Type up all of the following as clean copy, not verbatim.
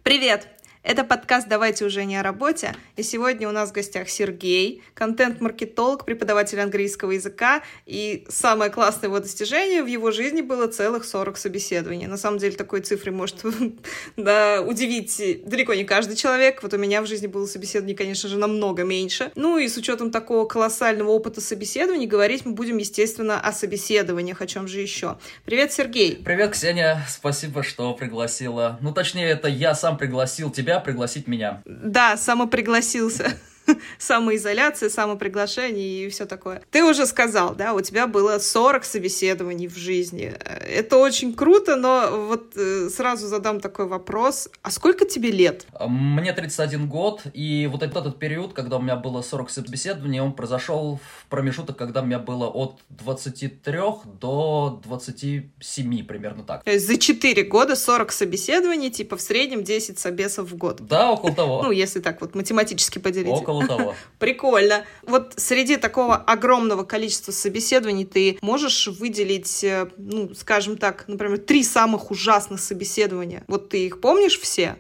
Привет! Это подкаст «Давайте уже не о работе», и сегодня у нас в гостях Сергей, контент-маркетолог, преподаватель английского языка, и самое классное его достижение в его жизни было целых 40 собеседований. На самом деле такой цифрой может удивить далеко не каждый человек. Вот у меня в жизни было собеседований, конечно же, намного меньше. Ну и с учетом такого колоссального опыта собеседований, говорить мы будем, естественно, о собеседованиях, о чем же еще. Привет, Сергей! Привет, Ксения! Спасибо, что пригласила. Ну, точнее, это я сам пригласил тебя пригласить меня. Да, самопригласился. Самоизоляция, самоприглашение и все такое. Ты уже сказал, да, у тебя было 40 собеседований в жизни. Это очень круто, но вот сразу задам такой вопрос. А сколько тебе лет? Мне 31 год, и вот этот период, когда у меня было 40 собеседований, он произошел в промежуток, когда у меня было от 23 до 27, примерно так. То есть за 4 года 40 собеседований, типа в среднем 10 собесов в год. Да, около того. Ну, если так вот математически поделить. Около того. Прикольно. Вот среди такого огромного количества собеседований ты можешь выделить, ну, скажем так, например, 3 самых ужасных собеседования? Вот ты их помнишь все?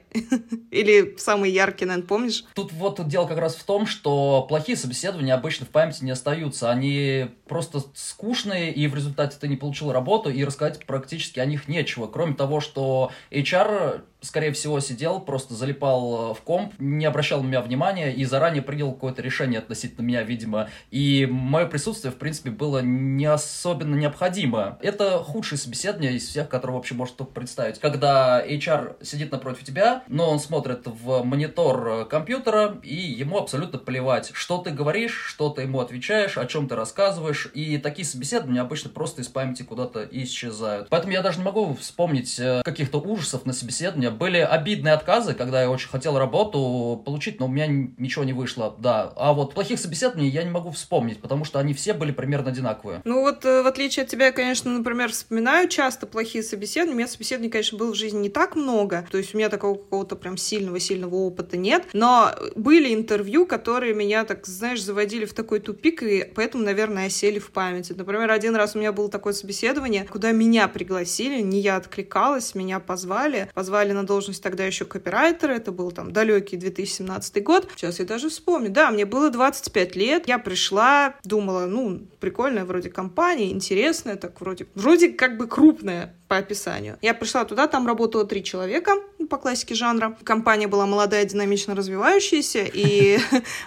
Или самые яркие, наверное, помнишь? Тут вот дело как раз в том, что плохие собеседования обычно в памяти не остаются. Они просто скучные, и в результате ты не получил работу, и рассказать практически о них нечего. Кроме того, что HR, скорее всего, сидел, просто залипал в комп, не обращал на меня внимания и заранее принял какое-то решение относительно меня, видимо. И мое присутствие, в принципе, было не особенно необходимо. Это худшее собеседование из всех, которые вообще может только представить. Когда HR сидит напротив тебя, но он смотрит в монитор компьютера, и ему абсолютно плевать, что ты говоришь, что ты ему отвечаешь, о чем ты рассказываешь. И такие собеседования обычно просто из памяти куда-то исчезают. Поэтому я даже не могу вспомнить каких-то ужасов на собеседовании. Были обидные отказы, когда я очень хотел работу получить, но у меня ничего не вышло, да. А вот плохих собеседований я не могу вспомнить, потому что они все были примерно одинаковые. Ну вот, в отличие от тебя, я, конечно, например, вспоминаю часто плохие собеседования. У меня собеседований, конечно, было в жизни не так много. То есть у меня такого какого-то прям сильного опыта нет. Но были интервью, которые меня, так, знаешь, заводили в такой тупик, и поэтому, наверное, осели в памяти. Например, один раз у меня было такое собеседование, куда меня пригласили, не я откликалась, меня позвали на должность тогда еще копирайтера, это был там далекий 2017 год. Сейчас я даже вспомню. Да, мне было 25 лет, я пришла, думала, ну, прикольная вроде компания, интересная, так вроде как бы крупная по описанию. Я пришла туда, там работало 3 человека по классике жанра. Компания была молодая, динамично развивающаяся, и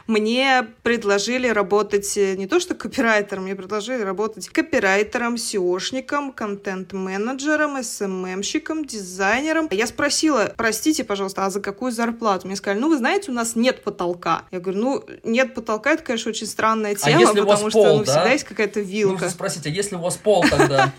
мне предложили работать не то что копирайтером, мне предложили работать копирайтером, SEOшником, контент-менеджером, SMM-щиком, дизайнером. Я спросила, простите, пожалуйста, а за какую зарплату? Мне сказали, ну, вы знаете, у нас нет потолка. Я говорю, ну, нет потолка, это, конечно, очень странная тема, потому что всегда есть какая-то вилка. Нужно спросить, а если у вас пол тогда?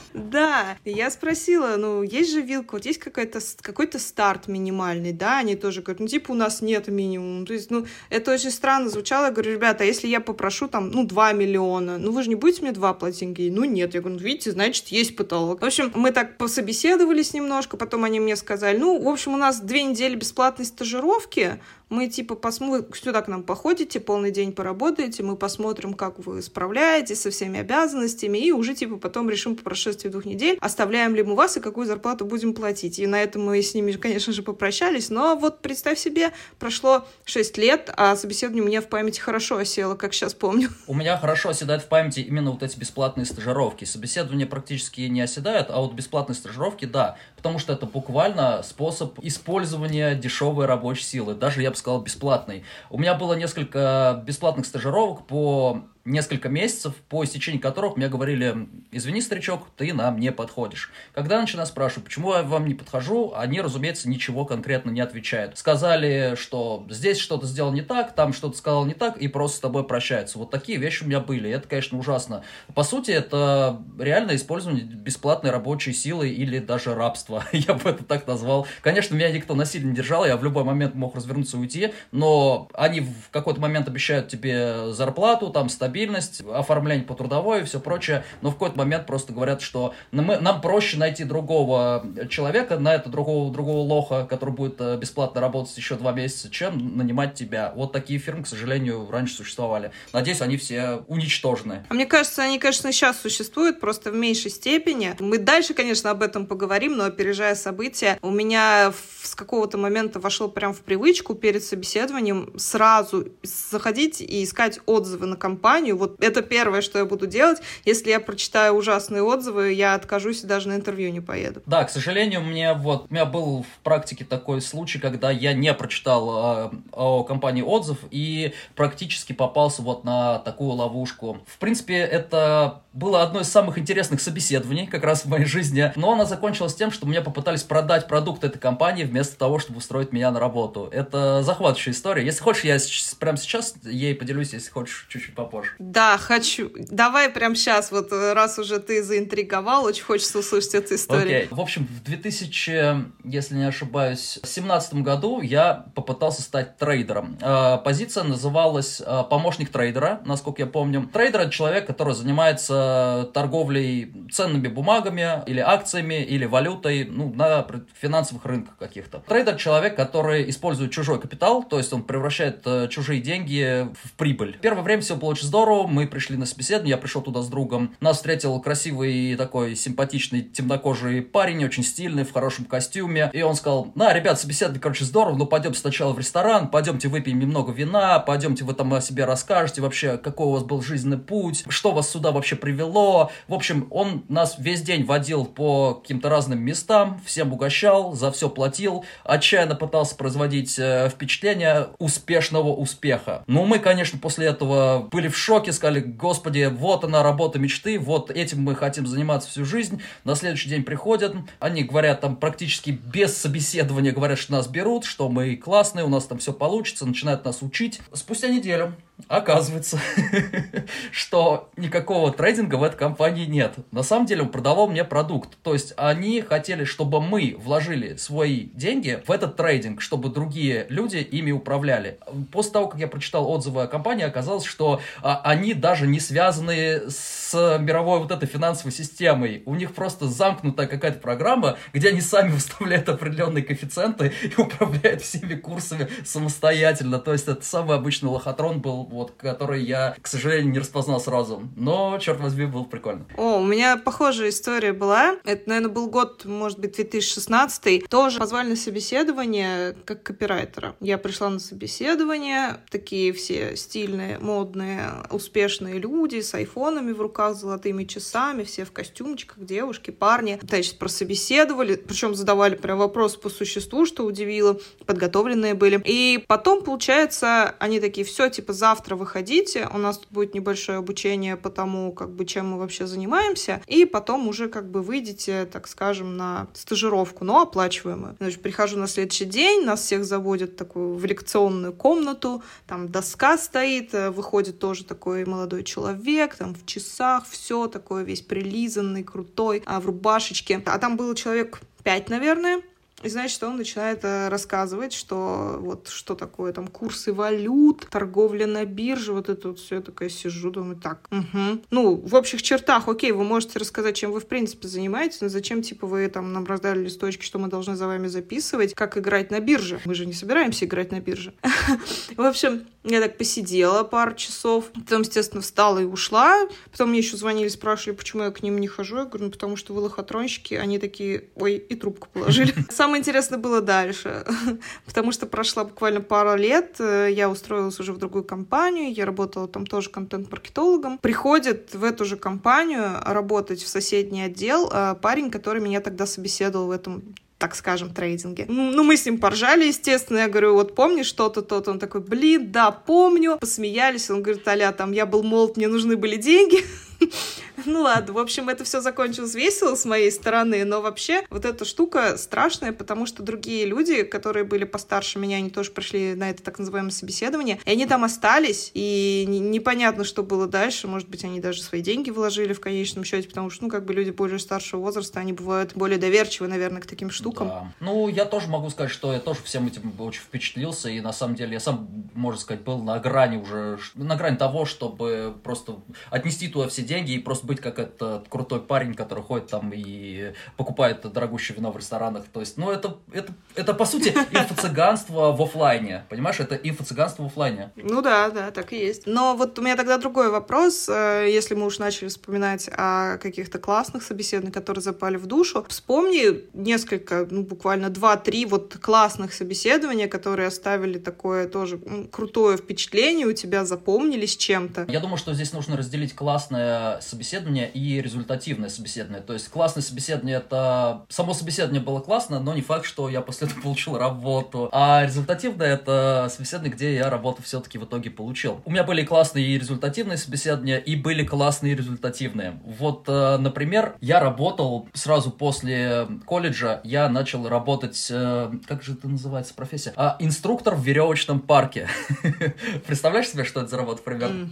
Да, я спросила, ну, есть же вилка, вот есть какой-то старт минимальный, да, они тоже говорят, ну, типа, у нас нет минимума, то есть, ну, это очень странно звучало, я говорю, ребята, а если я попрошу, там, ну, 2 миллиона, ну, вы же не будете мне 2 платить? Ну, нет, я говорю, ну, видите, значит, есть потолок. В общем, мы так пособеседовались немножко, потом они мне сказали, ну, в общем, у нас 2 недели бесплатной стажировки, мы, типа, вы сюда к нам походите, полный день поработаете, мы посмотрим, как вы справляетесь со всеми обязанностями, и уже, типа, потом решим по прошествии 2 недель, оставляем ли мы вас и какую зарплату будем платить. И на этом мы с ними, конечно же, попрощались, но вот представь себе, прошло 6 лет, а собеседование у меня в памяти хорошо осело, как сейчас помню. У меня хорошо оседают в памяти именно вот эти бесплатные стажировки. Собеседования практически не оседают, а вот бесплатные стажировки, да, потому что это буквально способ использования дешевой рабочей силы, даже, я бы сказал, бесплатной. У меня было несколько бесплатных стажировок по несколько месяцев, по истечении которых мне говорили, извини, старичок, ты нам не подходишь. Когда я начинаю спрашивать, почему я вам не подхожу, они, разумеется, ничего конкретно не отвечают. Сказали, что здесь что-то сделал не так, там что-то сказал не так, и просто с тобой прощаются. Вот такие вещи у меня были, и это, конечно, ужасно. По сути, это реально использование бесплатной рабочей силы или даже рабства, я бы это так назвал. Конечно, меня никто насильно не держал, я в любой момент мог развернуться и уйти, но они в какой-то момент обещают тебе зарплату, там, стабильность, оформление по трудовой и все прочее, но в какой-то момент просто говорят, что нам проще найти другого человека, на это другого лоха, который будет бесплатно работать еще 2 месяца, чем нанимать тебя. Вот такие фирмы, к сожалению, раньше существовали. Надеюсь, они все уничтожены. А мне кажется, они, конечно, сейчас существуют, просто в меньшей степени. Мы дальше, конечно, об этом поговорим, но опережая события, у меня с какого-то момента вошло прям в привычку перед собеседованием сразу заходить и искать отзывы на компанию. Вот это первое, что я буду делать. Если я прочитаю ужасные отзывы, я откажусь и даже на интервью не поеду. Да, к сожалению, у меня был в практике такой случай, когда я не прочитал о компании отзыв и практически попался вот на такую ловушку. В принципе, это было одно из самых интересных собеседований как раз в моей жизни, но она закончилась тем, что мне попытались продать продукт этой компании вместо того, чтобы устроить меня на работу. Это захватывающая история. Если хочешь, я прямо сейчас ей поделюсь, если хочешь, чуть-чуть попозже. Да, хочу. Давай прямо сейчас, вот раз уже ты заинтриговал, очень хочется услышать эту историю. Окей. В общем, в если не ошибаюсь, 2017 году я попытался стать трейдером. Позиция называлась помощник трейдера, насколько я помню. Трейдер — это человек, который занимается торговлей ценными бумагами или акциями, или валютой, на финансовых рынках каких-то. Трейдер — человек, который использует чужой капитал, то есть он превращает чужие деньги в прибыль. Первое время все было очень здорово, мы пришли на собеседование, я пришел туда с другом. Нас встретил красивый такой симпатичный темнокожий парень, очень стильный, в хорошем костюме. И он сказал: ребят, собеседование, здорово, но пойдемте сначала в ресторан, пойдемте выпьем немного вина, пойдемте вы там о себе расскажете, вообще, какой у вас был жизненный путь, что вас сюда вообще привело. В общем, он нас весь день водил по каким-то разным местам, всем угощал, за все платил, отчаянно пытался производить впечатление успешного успеха. Мы, конечно, после этого были в шоке, сказали: господи, вот она, работа мечты, вот этим мы хотим заниматься всю жизнь. На следующий день приходят, они говорят там практически без собеседования, говорят, что нас берут, что мы классные, у нас там все получится, начинают нас учить. Спустя неделю оказывается, что никакого трейдинга в этой компании нет. На самом деле он продавал мне продукт. То есть они хотели, чтобы мы вложили свои деньги в этот трейдинг, чтобы другие люди ими управляли. После того, как я прочитал отзывы о компании, оказалось, что они даже не связаны с мировой вот этой финансовой системой. У них просто замкнутая какая-то программа, где они сами выставляют определенные коэффициенты и управляют всеми курсами самостоятельно. То есть это самый обычный лохотрон был, который я, к сожалению, не распознал сразу. Но, черт возьми, было прикольно. У меня похожая история была. Это, наверное, был год, может быть, 2016. Тоже позвали на собеседование как копирайтера. Я пришла на собеседование. Такие все стильные, модные, успешные люди с айфонами в руках, с золотыми часами, все в костюмчиках, девушки, парни. Значит, прособеседовали, причем задавали прям вопросы по существу, что удивило. Подготовленные были. И потом, получается, они такие: все, завтра выходите, у нас тут будет небольшое обучение по тому, чем мы вообще занимаемся, и потом уже выйдете, так скажем, на стажировку, но оплачиваемую. Значит, прихожу на следующий день, нас всех заводят в лекционную комнату, там доска стоит, выходит тоже такой молодой человек, там в часах, все такое, весь прилизанный, крутой, в рубашечке. А там было человек 5, наверное. И, значит, он начинает рассказывать, что что такое там курсы валют, торговля на бирже, это все. Я такая сижу, думаю: так, в общих чертах, окей, вы можете рассказать, чем вы, в принципе, занимаетесь, но зачем, вы там нам раздали листочки, что мы должны за вами записывать, как играть на бирже? Мы же не собираемся играть на бирже. В общем, я так посидела пару часов, потом, естественно, встала и ушла. Потом мне еще звонили, спрашивали, почему я к ним не хожу. Я говорю: потому что вы лохотронщики. Они такие: ой, и трубку положили. Самое интересное было дальше, потому что прошла буквально пара лет, я устроилась уже в другую компанию, я работала там тоже контент-маркетологом. Приходит в эту же компанию работать в соседний отдел парень, который меня тогда собеседовал в этом, так скажем, трейдинге. Мы с ним поржали, естественно. Я говорю: помнишь что-то, то-то? Он такой: да, помню. Посмеялись. Он говорит: я был молод, мне нужны были деньги. Ладно, в общем, это все закончилось весело с моей стороны, но вообще эта штука страшная, потому что другие люди, которые были постарше меня, они тоже пришли на это так называемое собеседование, и они там остались, и непонятно, что было дальше. Может быть, они даже свои деньги вложили в конечном счете, потому что, люди более старшего возраста, они бывают более доверчивы, наверное, к таким штукам. Да. Я тоже могу сказать, что я тоже всем этим очень впечатлился, и на самом деле я сам, можно сказать, был на грани того, чтобы просто отнести туда все деньги, деньги и просто быть как этот крутой парень, который ходит там и покупает дорогущее вино в ресторанах. То есть, это по сути инфо-цыганство в офлайне, понимаешь? Это инфо-цыганство в офлайне. Ну да, так и есть. Но вот у меня тогда другой вопрос, если мы уж начали вспоминать о каких-то классных собеседованиях, которые запали в душу. Вспомни несколько, буквально 2-3 вот классных собеседования, которые оставили такое тоже крутое впечатление, у тебя запомнились чем-то. Я думаю, что здесь нужно разделить классное собеседование и результативное собеседование. То есть классное собеседование — это... Само собеседование было классно, но не факт, что я после этого получил работу. А результативное — это собеседование, где я работу все-таки в итоге получил. У меня были классные и результативные собеседования, и были классные и результативные. Вот, например, я работал сразу после колледжа, я начал работать... Как же это называется профессия? Инструктор в веревочном парке. Представляешь себе, что это за работа примерно?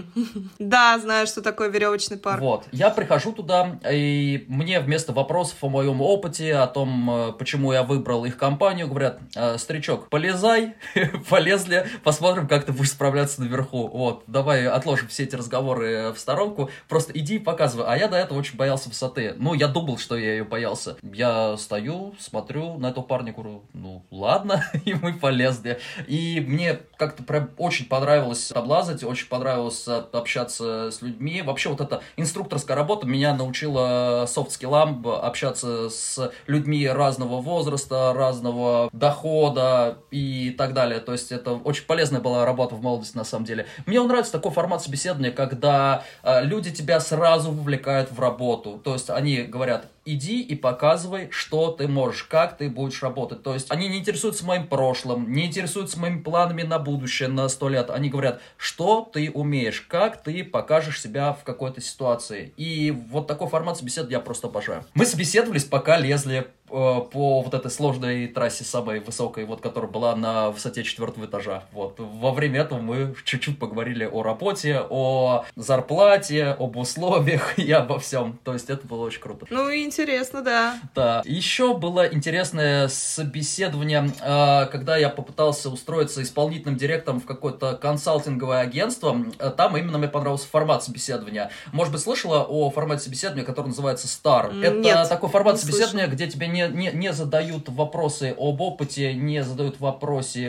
Да, знаю, что такое веревочный парк. Вот. Я прихожу туда, и мне вместо вопросов о моем опыте, о том, почему я выбрал их компанию, говорят: старичок, полезай, полезли, посмотрим, как ты будешь справляться наверху. Вот, давай отложим все эти разговоры в сторонку, просто иди и показывай. А я до этого очень боялся высоты. Я думал, что я ее боялся. Я стою, смотрю на этого парня, говорю: ладно, и мы полезли. И мне как-то прям очень понравилось облазать, очень понравилось общаться с людьми. Вообще вот эта инструкторская работа меня научила софт-скиллам, общаться с людьми разного возраста, разного дохода и так далее. То есть это очень полезная была работа в молодости на самом деле. Мне нравится такой формат собеседования, когда люди тебя сразу вовлекают в работу. То есть они говорят: иди и показывай, что ты можешь, как ты будешь работать. То есть они не интересуются моим прошлым, не интересуются моими планами на будущее, на 100 лет. Они говорят, что ты умеешь, как ты покажешь себя в какой-то ситуации. И вот такой формат собеседования я просто обожаю. Мы собеседовались, пока лезли по вот этой сложной трассе, самой высокой, вот, которая была на высоте 4-го этажа. Вот. Во время этого мы чуть-чуть поговорили о работе, о зарплате, об условиях и обо всем. То есть это было очень круто. Интересно, да. Да. Еще было интересное собеседование, когда я попытался устроиться исполнительным директором в какое-то консалтинговое агентство. Там именно мне понравился формат собеседования. Может быть, слышала о формате собеседования, который называется STAR? Это такой формат собеседования, где тебе не задают вопросы об опыте, не задают вопросы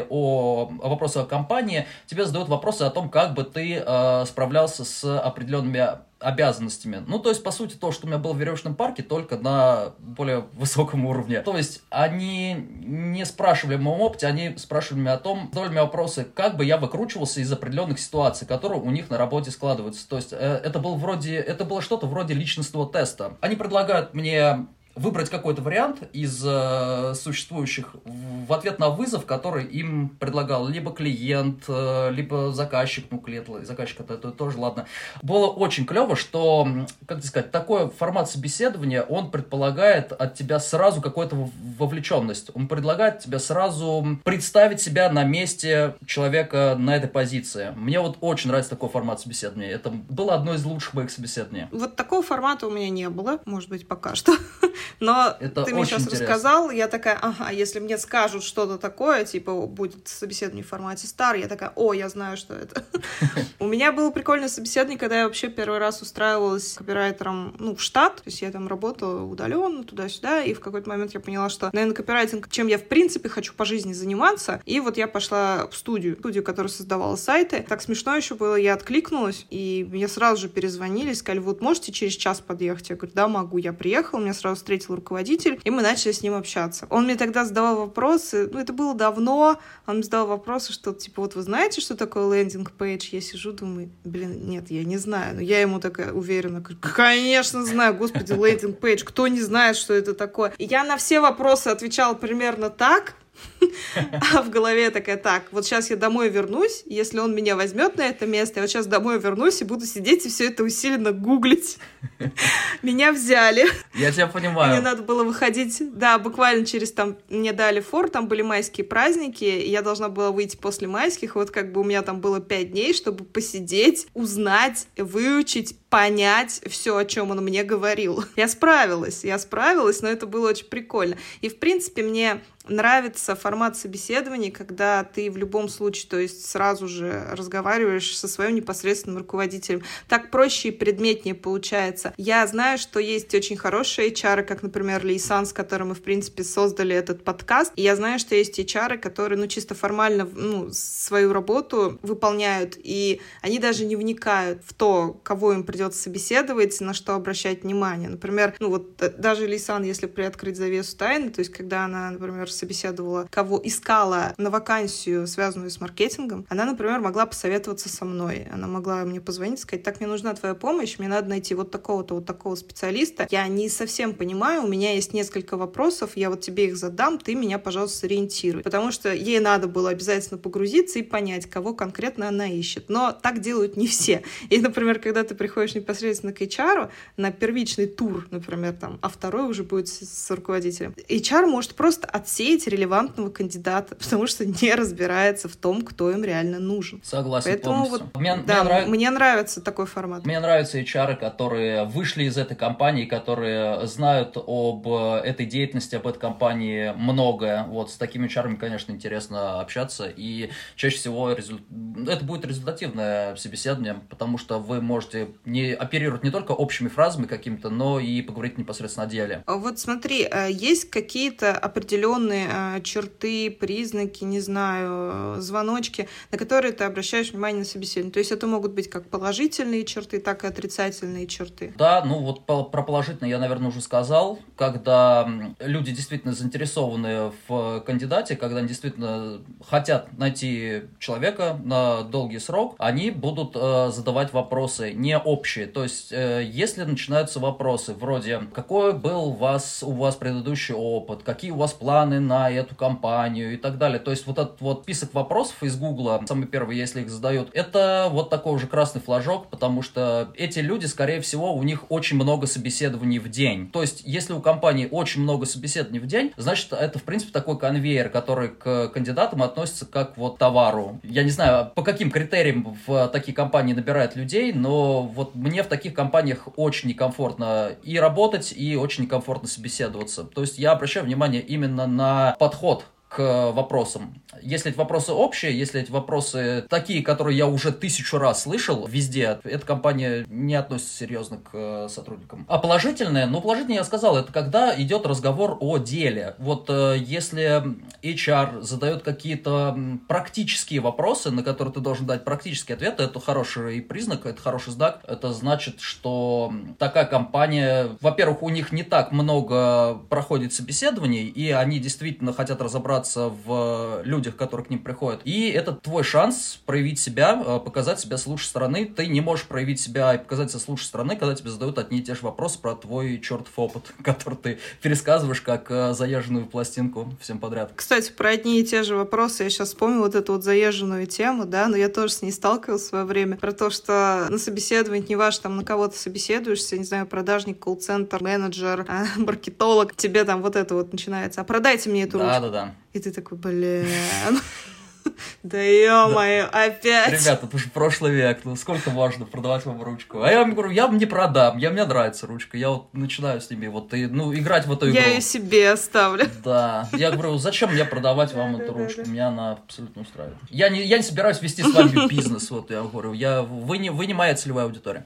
о компании, тебе задают вопросы о том, как бы ты справлялся с определенными обязанностями. То есть, по сути, то, что у меня было в веревочном парке, только на более высоком уровне. То есть, они не спрашивали о моем опыте, они спрашивали меня о том, задавали мне вопросы, как бы я выкручивался из определенных ситуаций, которые у них на работе складываются. То есть, это было что-то вроде личностного теста. Они предлагают мне выбрать какой-то вариант из существующих в ответ на вызов, который им предлагал либо клиент, либо заказчик. Заказчик это тоже ладно. Было очень клево, что, как сказать, такой формат собеседования, он предполагает от тебя сразу какую-то вовлеченность. Он предлагает тебе сразу представить себя на месте человека на этой позиции. Мне вот очень нравится такой формат собеседования. Это было одно из лучших моих собеседований. Вот такого формата у меня не было, может быть, пока что. Но это ты мне сейчас интересно. рассказал, я такая, если мне скажут что-то такое, типа будет собеседование в формате STAR, я такая, я знаю, что это. У меня было прикольное собеседование, когда я вообще первый раз устраивалась копирайтером, в штат, то есть я там работала удаленно, туда-сюда, и в какой-то момент я поняла, что, наверное, копирайтинг, чем я в принципе хочу по жизни заниматься, и вот я пошла в студию, которая создавала сайты. Так смешно еще было, я откликнулась, и мне сразу же перезвонили, сказали, вот можете через час подъехать? Я говорю, да, могу. Я приехала, меня сразу встретил руководитель, и мы начали с ним общаться. Он мне тогда задавал вопросы, это было давно, он мне задавал вопросы, что типа, вот вы знаете, что такое лендинг-пейдж? Я сижу, думаю, нет, я не знаю. Но я ему такая уверенно говорю, конечно знаю, господи, лендинг-пейдж, кто не знает, что это такое? И я на все вопросы отвечала примерно так, а в голове такая, вот сейчас я домой вернусь, если он меня возьмет на это место, я вот сейчас домой вернусь и буду сидеть и все это усиленно гуглить. Меня взяли. Я тебя понимаю. Мне надо было выходить, буквально через мне дали фор, там были майские праздники, и я должна была выйти после майских, вот как бы у меня там было 5 дней, чтобы посидеть, узнать, выучить понять все, о чем он мне говорил. Я справилась, но это было очень прикольно. И, в принципе, мне нравится формат собеседований, когда ты в любом случае, то есть сразу же разговариваешь со своим непосредственным руководителем. Так проще и предметнее получается. Я знаю, что есть очень хорошие HR, как, например, Лейсан, с которым мы, в принципе, создали этот подкаст. И я знаю, что есть HR, которые, чисто формально, свою работу выполняют, и они даже не вникают в то, кого им придется собеседовать, на что обращать внимание. Например, даже Лейсан, если приоткрыть завесу тайны, то есть когда она, например, собеседовала, кого искала на вакансию, связанную с маркетингом, она, например, могла посоветоваться со мной. Она могла мне позвонить и сказать: так, мне нужна твоя помощь, мне надо найти вот такого-то, вот такого специалиста. Я не совсем понимаю, у меня есть несколько вопросов, я вот тебе их задам, ты меня, пожалуйста, сориентируй. Потому что ей надо было обязательно погрузиться и понять, кого конкретно она ищет. Но так делают не все. И, например, когда ты приходишь непосредственно к HR на первичный тур, например, а второй уже будет с руководителем, HR может просто отсеять релевантного кандидата, потому что не разбирается в том, кто им реально нужен. Согласен. Поэтому полностью. Мне нравится такой формат. Мне нравятся HR, которые вышли из этой компании, которые знают об этой деятельности, об этой компании многое. Вот с такими HR, конечно, интересно общаться, и чаще всего это будет результативное собеседование, потому что вы можете оперировать не только общими фразами какими-то, но и поговорить непосредственно о деле. Вот смотри, есть какие-то определенные черты, признаки, не знаю, звоночки, на которые ты обращаешь внимание на собеседование. То есть это могут быть как положительные черты, так и отрицательные черты. Да, про положительные я, наверное, уже сказал. Когда люди действительно заинтересованы в кандидате, когда они действительно хотят найти человека на долгий срок, они будут задавать вопросы не общие. То есть, если начинаются вопросы вроде: какой был у вас предыдущий опыт, какие у вас планы на эту компанию и так далее. То есть вот этот вот список вопросов из Гугла, самый первый, если их задают, это вот такой уже красный флажок, потому что эти люди, скорее всего, у них очень много собеседований в день. То есть если у компании очень много собеседований в день, значит, это, в принципе, такой конвейер, который к кандидатам относится как вот товару. Я не знаю, по каким критериям в такие компании набирают людей, но вот мне в таких компаниях очень некомфортно и работать, и очень некомфортно собеседоваться. То есть я обращаю внимание именно на подход к вопросам. Если эти вопросы общие, если эти вопросы такие, которые я уже 1000 раз слышал везде, эта компания не относится серьезно к сотрудникам. А положительное, положительное я сказал, это когда идет разговор о деле. Вот если HR задает какие-то практические вопросы, на которые ты должен дать практический ответ, это хороший признак, это хороший знак. Это значит, что такая компания, во-первых, у них не так много проходит собеседований, и они действительно хотят разобраться в людях, которые к ним приходят. И это твой шанс проявить себя, показать себя с лучшей стороны. Ты не можешь проявить себя и показать себя с лучшей стороны, когда тебе задают одни и те же вопросы про твой чертов опыт, который ты пересказываешь как заезженную пластинку всем подряд. Кстати, про одни и те же вопросы я сейчас вспомнила вот эту вот заезженную тему, да, но я тоже с ней сталкивалась в свое время, про то, что на собеседовании, неважно, на кого ты собеседуешься, не знаю, продажник, колл-центр, менеджер, маркетолог, тебе вот это вот начинается: а продайте мне эту ручку. Да. И ты такой: блин, да ё-моё, опять. Ребята, это уже прошлый век, сколько можно продавать вам ручку? А я вам говорю, я вам не продам, мне нравится ручка, я вот начинаю с ними играть в эту игру. Я ее себе оставлю. Да, я говорю, зачем мне продавать вам эту ручку, меня она абсолютно устраивает. Я не собираюсь вести с вами бизнес, вот я говорю, вы не моя целевая аудитория.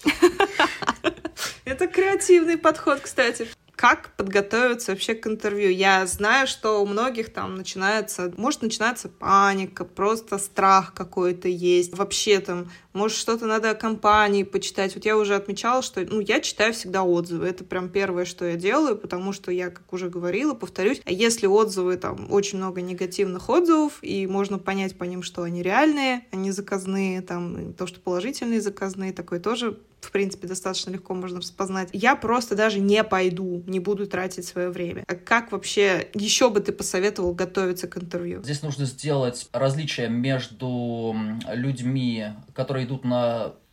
Это креативный подход, кстати. Как подготовиться вообще к интервью? Я знаю, что у многих может начинаться паника, просто страх какой-то есть. Вообще может, что-то надо о компании почитать. Вот я уже отмечала, что я читаю всегда отзывы. Это прям первое, что я делаю, потому что я, как уже говорила, повторюсь, если отзывы, очень много негативных отзывов, и можно понять по ним, что они реальные, они заказные, то, что положительные заказные, такое тоже, в принципе, достаточно легко можно распознать. Я просто даже не пойду, не буду тратить свое время. А как вообще еще бы ты посоветовал готовиться к интервью? Здесь нужно сделать различие между людьми, которые идут на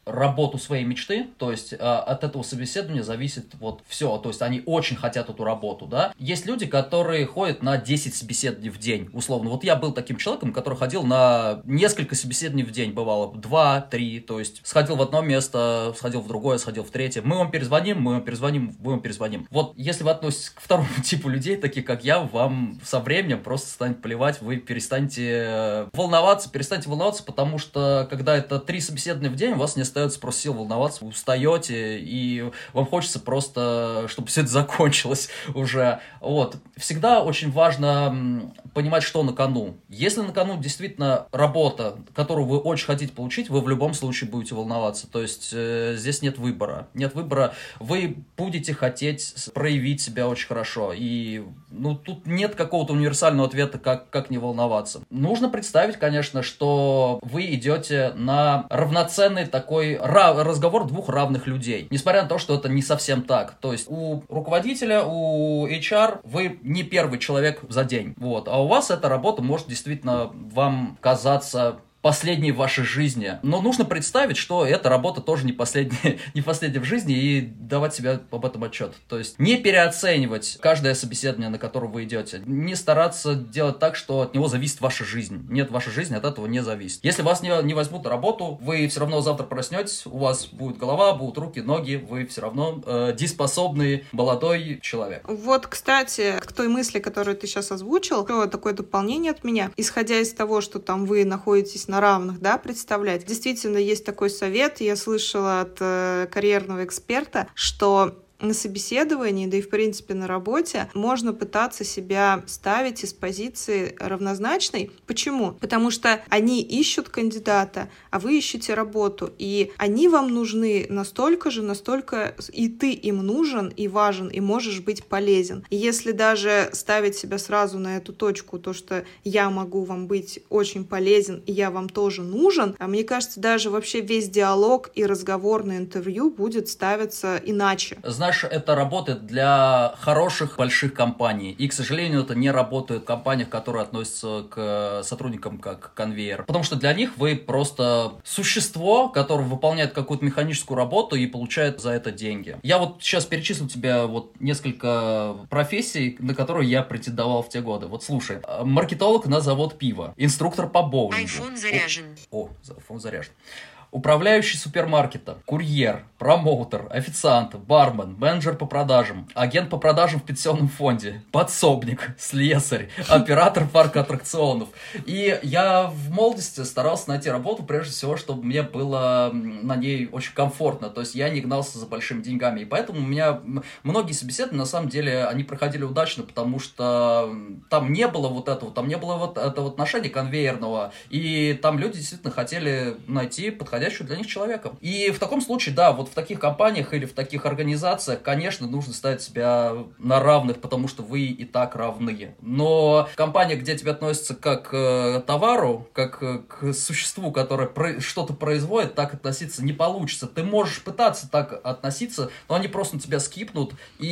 работу своей мечты, то есть от этого собеседования зависит вот все, то есть они очень хотят эту работу, да. Есть люди, которые ходят на 10 собеседований в день, условно. Вот я был таким человеком, который ходил на несколько собеседований в день, бывало 2-3, то есть сходил в одно место, сходил в другое, сходил в третье. Мы вам перезвоним, мы вам перезвоним, мы вам перезвоним. Вот если вы относитесь к второму типу людей, таких как я, вам со временем просто станет плевать, вы перестанете волноваться, потому что когда это 3 собеседования в день, у вас не остается просто сил волноваться, вы устаете, и вам хочется просто, чтобы все это закончилось уже. Вот. Всегда очень важно понимать, что на кону. Если на кону действительно работа, которую вы очень хотите получить, вы в любом случае будете волноваться. То есть здесь нет выбора. Нет выбора. Вы будете хотеть проявить себя очень хорошо. И тут нет какого-то универсального ответа, как не волноваться. Нужно представить, конечно, что вы идете на равноценный такой разговор двух равных людей. Несмотря на то, что это не совсем так. То есть у руководителя, у HR вы не первый человек за день. Вот. А у вас эта работа может действительно вам казаться последней в вашей жизни. Но нужно представить, что эта работа тоже не последняя в жизни, и давать себе об этом отчет. То есть не переоценивать каждое собеседование, на которое вы идете. Не стараться делать так, что от него зависит ваша жизнь. Нет, ваша жизнь от этого не зависит. Если вас не возьмут на работу, вы все равно завтра проснетесь, у вас будет голова, будут руки, ноги, вы все равно дееспособный молодой человек. Вот, кстати, к той мысли, которую ты сейчас озвучил, такое дополнение от меня. Исходя из того, что там вы находитесь на равных, да, представлять. Действительно, есть такой совет, я слышала от карьерного эксперта, что на собеседовании, да и в принципе на работе можно пытаться себя ставить из позиции равнозначной. Почему? Потому что они ищут кандидата, а вы ищете работу, и они вам нужны настолько же, насколько и ты им нужен и важен, и можешь быть полезен. И если даже ставить себя сразу на эту точку, то, что я могу вам быть очень полезен, и я вам тоже нужен, мне кажется, даже вообще весь диалог и разговор на интервью будет ставиться иначе. Знаешь, это работает для хороших больших компаний. И, к сожалению, это не работает в компаниях, которые относятся к сотрудникам как конвейер. Потому что для них вы просто существо, которое выполняет какую-то механическую работу и получает за это деньги. Я вот сейчас перечислю тебе вот несколько профессий, на которые я претендовал в те годы. Вот слушай. Маркетолог на завод пива. Инструктор по боулингу. Айфон заряжен. Айфон заряжен. Управляющий супермаркета, курьер, промоутер, официант, бармен, менеджер по продажам, агент по продажам в пенсионном фонде, подсобник, слесарь, оператор парка аттракционов. И я в молодости старался найти работу, прежде всего, чтобы мне было на ней очень комфортно. То есть я не гнался за большими деньгами. И поэтому у меня многие собеседования, на самом деле, они проходили удачно, потому что там не было вот этого, там не было вот этого отношения конвейерного. И там люди действительно хотели найти подходящего для них человека. И в таком случае, да, вот в таких компаниях или в таких организациях, конечно, нужно ставить себя на равных, потому что вы и так равны. Но компания, где тебя относятся как к товару, как к существу, которое что-то производит, так относиться не получится. Ты можешь пытаться так относиться, но они просто на тебя скипнут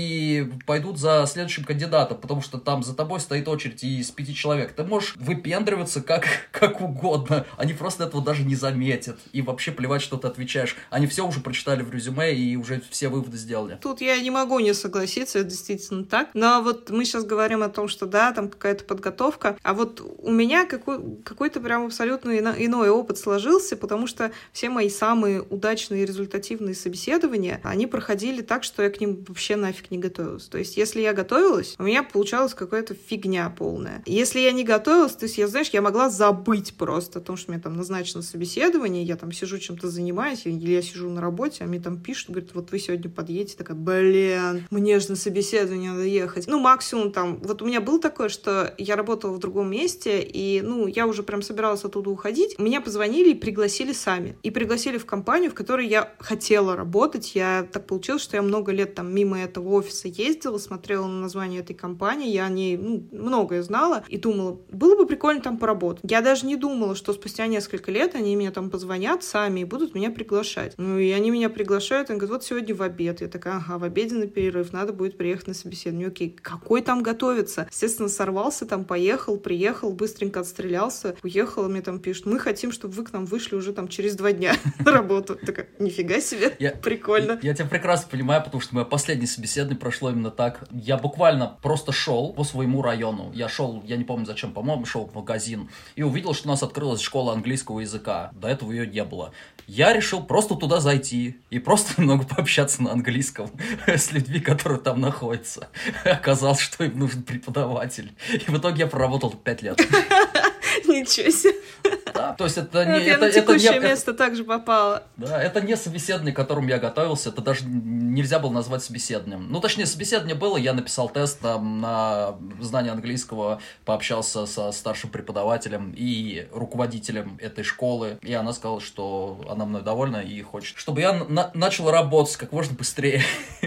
и пойдут за следующим кандидатом, потому что там за тобой стоит очередь из 5 человек. Ты можешь выпендриваться как угодно, они просто этого даже не заметят. И вообще плевать, что ты отвечаешь. Они все уже прочитали в резюме и уже все выводы сделали. Тут я не могу не согласиться, это действительно так. Но вот мы сейчас говорим о том, что да, там какая-то подготовка, а вот у меня какой-то прям абсолютно иной опыт сложился, потому что все мои самые удачные и результативные собеседования, они проходили так, что я к ним вообще нафиг не готовилась. То есть, если я готовилась, у меня получалась какая-то фигня полная. Если я не готовилась, то есть, я могла забыть просто о том, что мне там назначено собеседование, я там сижу чем-то занимаюсь, или я сижу на работе, а мне там пишут, говорят, вот вы сегодня подъедете, такая, мне же на собеседование надо ехать. Максимум там, вот у меня было такое, что я работала в другом месте, и, я уже прям собиралась оттуда уходить, меня позвонили и пригласили сами. И пригласили в компанию, в которой я хотела работать. Так получилось, что я много лет там мимо этого офиса ездила, смотрела на название этой компании, я о ней, многое знала, и думала, было бы прикольно там поработать. Я даже не думала, что спустя несколько лет они меня там позвонят, сами и будут меня приглашать. Ну, и они меня приглашают, они говорят, вот сегодня в обед. Я такая, ага, в обеденный перерыв, надо будет приехать на собеседование. Окей, какой там готовиться? Естественно, сорвался, там поехал, приехал, быстренько отстрелялся, уехал, мне там пишут, мы хотим, чтобы вы к нам вышли уже там через 2 дня на работу. Такая, нифига себе, прикольно. Я тебя прекрасно понимаю, потому что мое последнее собеседование прошло именно так. Я буквально просто шел по своему району. Я шел, я не помню зачем, по-моему, шел в магазин и увидел, что у нас открылась школа английского языка. До этого ее не было. Я решил просто туда зайти и просто немного пообщаться на английском с людьми, которые там находятся. Оказалось, что им нужен преподаватель. И в итоге я проработал 5 лет. Ничего себе. Да, то есть это не... Я на текущее место также попала. Да, это не собеседование, к которому я готовился, это даже нельзя было назвать собеседованием. Ну, точнее, собеседование было, я написал тест на знание английского, пообщался со старшим преподавателем и руководителем этой школы, и она сказала, что она мной довольна и хочет, чтобы я начал работать как можно быстрее.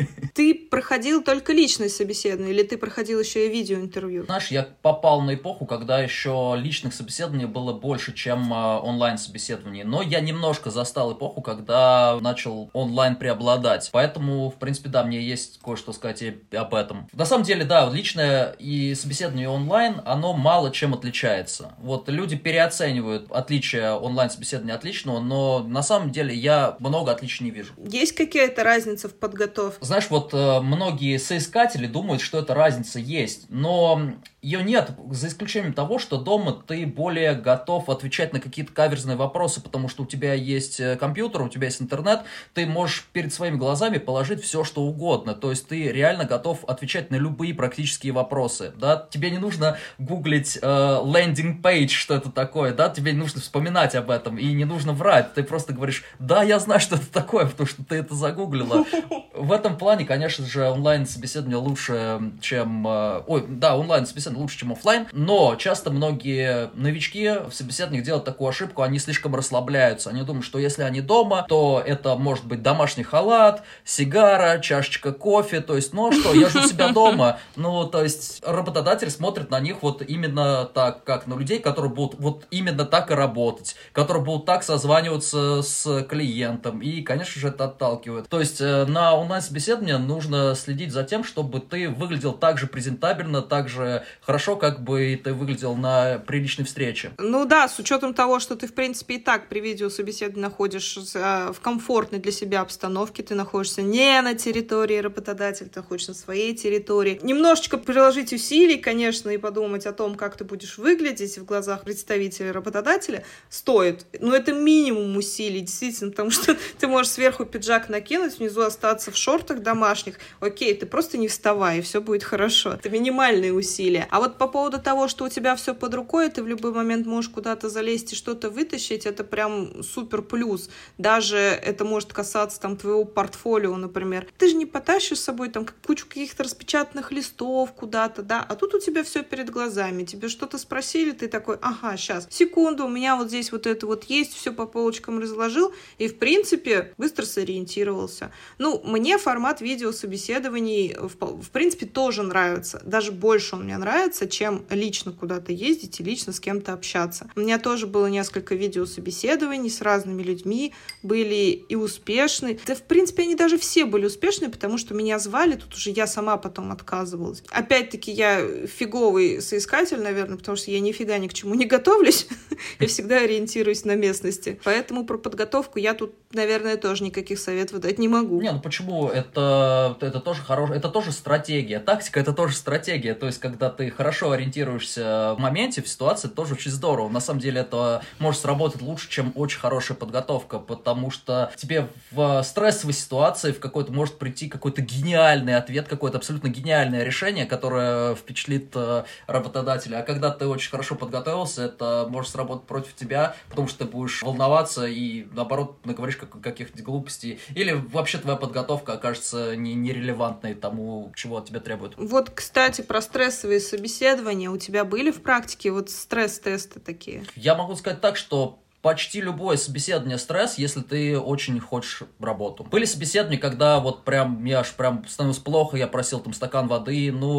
Ты проходил только личное собеседование, или ты проходил еще и видеоинтервью? Знаешь, я попал на эпоху, когда еще личных собеседований было больше, чем онлайн-собеседований. Но я немножко застал эпоху, когда начал онлайн преобладать. Поэтому, в принципе, да, мне есть кое-что сказать и об этом. На самом деле, да, личное и собеседование онлайн, оно мало чем отличается. Вот люди переоценивают отличие онлайн-собеседования от личного, но на самом деле я много отличий не вижу. Есть какая-то разница в подготовке? Знаешь, вот многие соискатели думают, что эта разница есть, но ее нет, за исключением того, что дома ты более готов отвечать на какие-то каверзные вопросы, потому что у тебя есть компьютер, у тебя есть интернет, ты можешь перед своими глазами положить все, что угодно, то есть ты реально готов отвечать на любые практические вопросы, да, тебе не нужно гуглить landing page, что это такое, да, тебе не нужно вспоминать об этом, и не нужно врать, ты просто говоришь, да, я знаю, что это такое, потому что ты это загуглила. В этом плане, конечно же, онлайн-собеседование лучше, чем... онлайн-собеседование лучше, чем офлайн, но часто многие новички в собеседованиях делают такую ошибку, они слишком расслабляются, они думают, что если они дома, то это может быть домашний халат, сигара, чашечка кофе, то есть, ну что, я же у себя дома, ну, то есть, работодатель смотрит на них вот именно так, как на людей, которые будут вот именно так и работать, которые будут так созваниваться с клиентом, и, конечно же, это отталкивает. То есть, на онлайн-собеседование нужно следить за тем, чтобы ты выглядел так же презентабельно, так же хорошо, как бы ты выглядел на приличной встрече. Ну да, с учетом того, что ты, в принципе, и так при видеособеседовании находишься в комфортной для себя обстановке, ты находишься не на территории работодателя, ты находишься на своей территории. Немножечко приложить усилий, конечно, и подумать о том, как ты будешь выглядеть в глазах представителя работодателя, стоит. Но это минимум усилий, действительно, потому что ты можешь сверху пиджак накинуть, внизу остаться в шортах домашних. Окей, ты просто не вставай, и все будет хорошо. Это минимальные усилия. А вот по поводу того, что у тебя все под рукой, ты в любой момент можешь куда-то залезть и что-то вытащить, это прям супер плюс. Даже это может касаться там твоего портфолио, например. Ты же не потащишь с собой там кучу каких-то распечатанных листов куда-то, да, а тут у тебя все перед глазами. Тебе что-то спросили, ты такой, ага, сейчас, секунду, у меня вот здесь вот это вот есть, все по полочкам разложил, и в принципе быстро сориентировался. Ну, мне формат видеособеседований в принципе тоже нравится. Даже больше он мне нравится, чем лично куда-то ездить и лично с кем-то общаться. У меня тоже было несколько видеособеседований с разными людьми, были и успешные. Да, в принципе, они даже все были успешные, потому что меня звали, тут уже я сама потом отказывалась. Опять-таки, я фиговый соискатель, наверное, потому что я нифига ни к чему не готовлюсь. Я всегда ориентируюсь на местности. Поэтому про подготовку я тут, наверное, тоже никаких советов дать не могу. Не, ну почему? Это тоже хорошо, это тоже стратегия. Тактика — это тоже стратегия. То есть, когда ты хорошо ориентируешься в моменте, в ситуации, это тоже очень здорово. На самом деле, это может сработать лучше, чем очень хорошая подготовка, потому что тебе в стрессовой ситуации в какой-то может прийти какой-то гениальный ответ, какое-то абсолютно гениальное решение, которое впечатлит работодателя. А когда ты очень хорошо подготовился, это может сработать против тебя, потому что ты будешь волноваться и, наоборот, наговоришь каких-то глупостей. Или вообще твоя подготовка окажется нерелевантной тому, чего от тебя требуют. Вот, кстати, про стрессовые собеседования. У тебя были в практике вот стресс-тесты такие? Я могу сказать так, что почти любое собеседование стресс, если ты очень хочешь работу. Были собеседования, когда вот прям, мне аж прям становилось плохо, я просил там стакан воды, но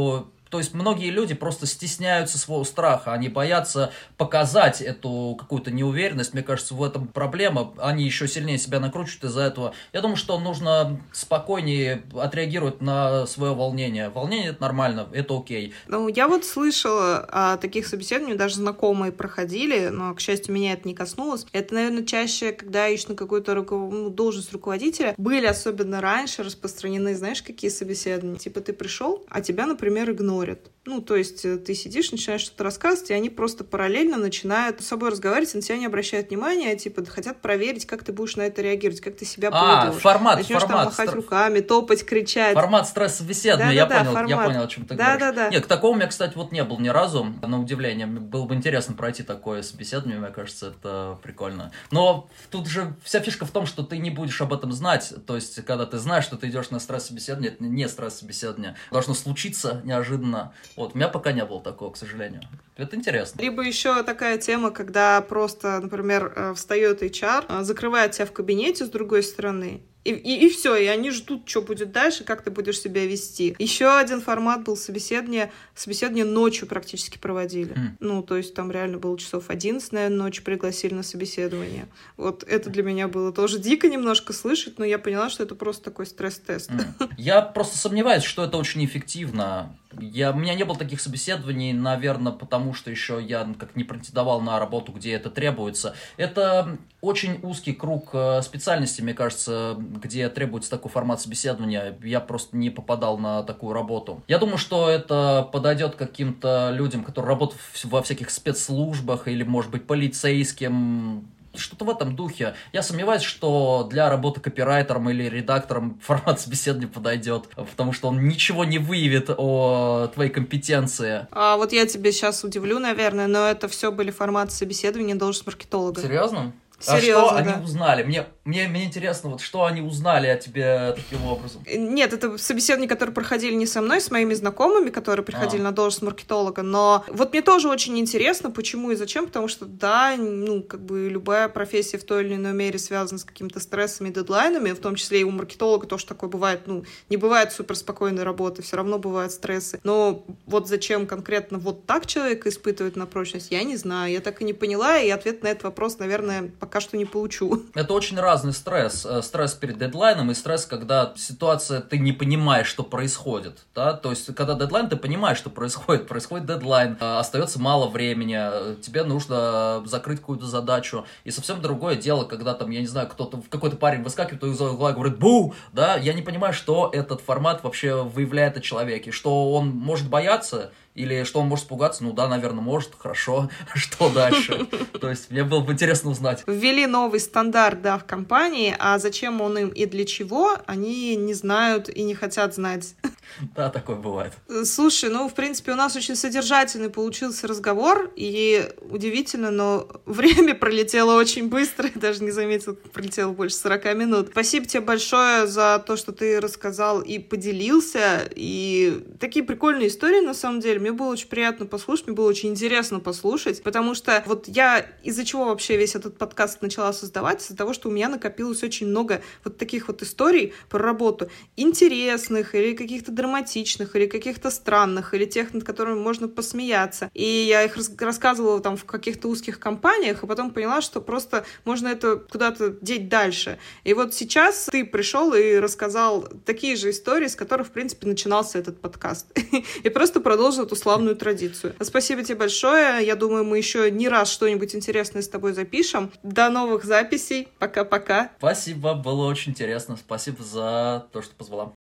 То есть многие люди просто стесняются своего страха, они боятся показать эту какую-то неуверенность. Мне кажется, в этом проблема. Они еще сильнее себя накручивают из-за этого. Я думаю, что нужно спокойнее отреагировать на свое волнение. Волнение — это нормально, это окей. Ну, я вот слышала о таких собеседованиях, даже знакомые проходили, но, к счастью, меня это не коснулось. Это, наверное, чаще, когда ищешь на какую-то должность руководителя. Были, особенно раньше, распространены, знаешь, какие собеседования? Типа ты пришел, а тебя, например, игнорят. Ну, то есть ты сидишь, начинаешь что-то рассказывать, и они просто параллельно начинают с собой разговаривать, на тебя не обращают внимания, типа хотят проверить, как ты будешь на это реагировать, как ты себя поведешь. Начнешь там махать руками, топать, кричать. Формат стресс-собеседования, я понял, о чем ты говоришь. Да. Нет, к такому у меня, кстати, вот не было ни разу, на удивление. Было бы интересно пройти такое собеседование, мне кажется, это прикольно. Но тут же вся фишка в том, что ты не будешь об этом знать, то есть, когда ты знаешь, что ты идешь на стресс-собеседование, это не стресс-собеседование, должно случиться неожиданно. Вот, у меня пока не было такого, к сожалению. Это интересно. Либо еще такая тема, когда просто, например, встает HR, закрывает тебя в кабинете с другой стороны, и все, и они ждут, что будет дальше, как ты будешь себя вести. Еще один формат был собеседование ночью практически проводили. Ну, то есть там реально было часов 11, наверное, ночью пригласили на собеседование. Вот это для меня было тоже дико немножко слышать, но я поняла, что это просто такой стресс-тест. Я просто сомневаюсь, что это очень эффективно. У меня не было таких собеседований, наверное, потому что еще я как не претендовал на работу, где это требуется. Это очень узкий круг специальностей, мне кажется, где требуется такой формат собеседования. Я просто не попадал на такую работу. Я думаю, что это подойдет каким-то людям, которые работают во всяких спецслужбах или, может быть, полицейским. Что-то в этом духе. Я сомневаюсь, что для работы копирайтером или редактором формат собеседования подойдет, потому что он ничего не выявит о твоей компетенции. А вот я тебе сейчас удивлю, наверное, но это все были форматы собеседования должность маркетолога. Серьезно? Серьезно, а что да. они узнали? Мне интересно, вот что они узнали о тебе таким образом? Нет, это собеседования, которые проходили не со мной, с моими знакомыми, которые приходили на должность маркетолога, но вот мне тоже очень интересно, почему и зачем, потому что, да, ну, как бы любая профессия в той или иной мере связана с какими-то стрессами, дедлайнами, в том числе и у маркетолога тоже такое бывает, ну, не бывает суперспокойной работы, все равно бывают стрессы, но вот зачем конкретно вот так человек испытывает на прочность, я не знаю, я так и не поняла, и ответ на этот вопрос, наверное, пока что не получу. Это очень разный стресс. Стресс перед дедлайном и стресс, когда ситуация, ты не понимаешь, что происходит. Да? То есть, когда дедлайн, ты понимаешь, что происходит. Происходит дедлайн, остается мало времени, тебе нужно закрыть какую-то задачу. И совсем другое дело, когда там, я не знаю, какой-то парень выскакивает из угла и говорит «бу!», да? Я не понимаю, что этот формат вообще выявляет о человеке. Что он может бояться, или что он может испугаться? Ну да, наверное, может. Хорошо. Что дальше? То есть мне было бы интересно узнать. Ввели новый стандарт, да, в компании, а зачем он им и для чего, они не знают и не хотят знать. Да, такое бывает. Слушай, ну, в принципе, у нас очень содержательный получился разговор, и удивительно, но время пролетело очень быстро, я даже не заметила, как пролетело больше 40 минут. Спасибо тебе большое за то, что ты рассказал и поделился, и такие прикольные истории, на самом деле. Мне было очень приятно послушать, мне было очень интересно послушать, потому что вот я из-за чего вообще весь этот подкаст начала создавать, из-за того, что у меня накопилось очень много вот таких вот историй про работу, интересных или каких-то драматичных, или каких-то странных, или тех, над которыми можно посмеяться. И я их рассказывала там в каких-то узких компаниях, и потом поняла, что просто можно это куда-то деть дальше. И вот сейчас ты пришел и рассказал такие же истории, с которых, в принципе, начинался этот подкаст. И просто продолжил эту славную традицию. Спасибо тебе большое. Я думаю, мы еще не раз что-нибудь интересное с тобой запишем. До новых записей. Пока-пока. Спасибо, было очень интересно. Спасибо за то, что позвала.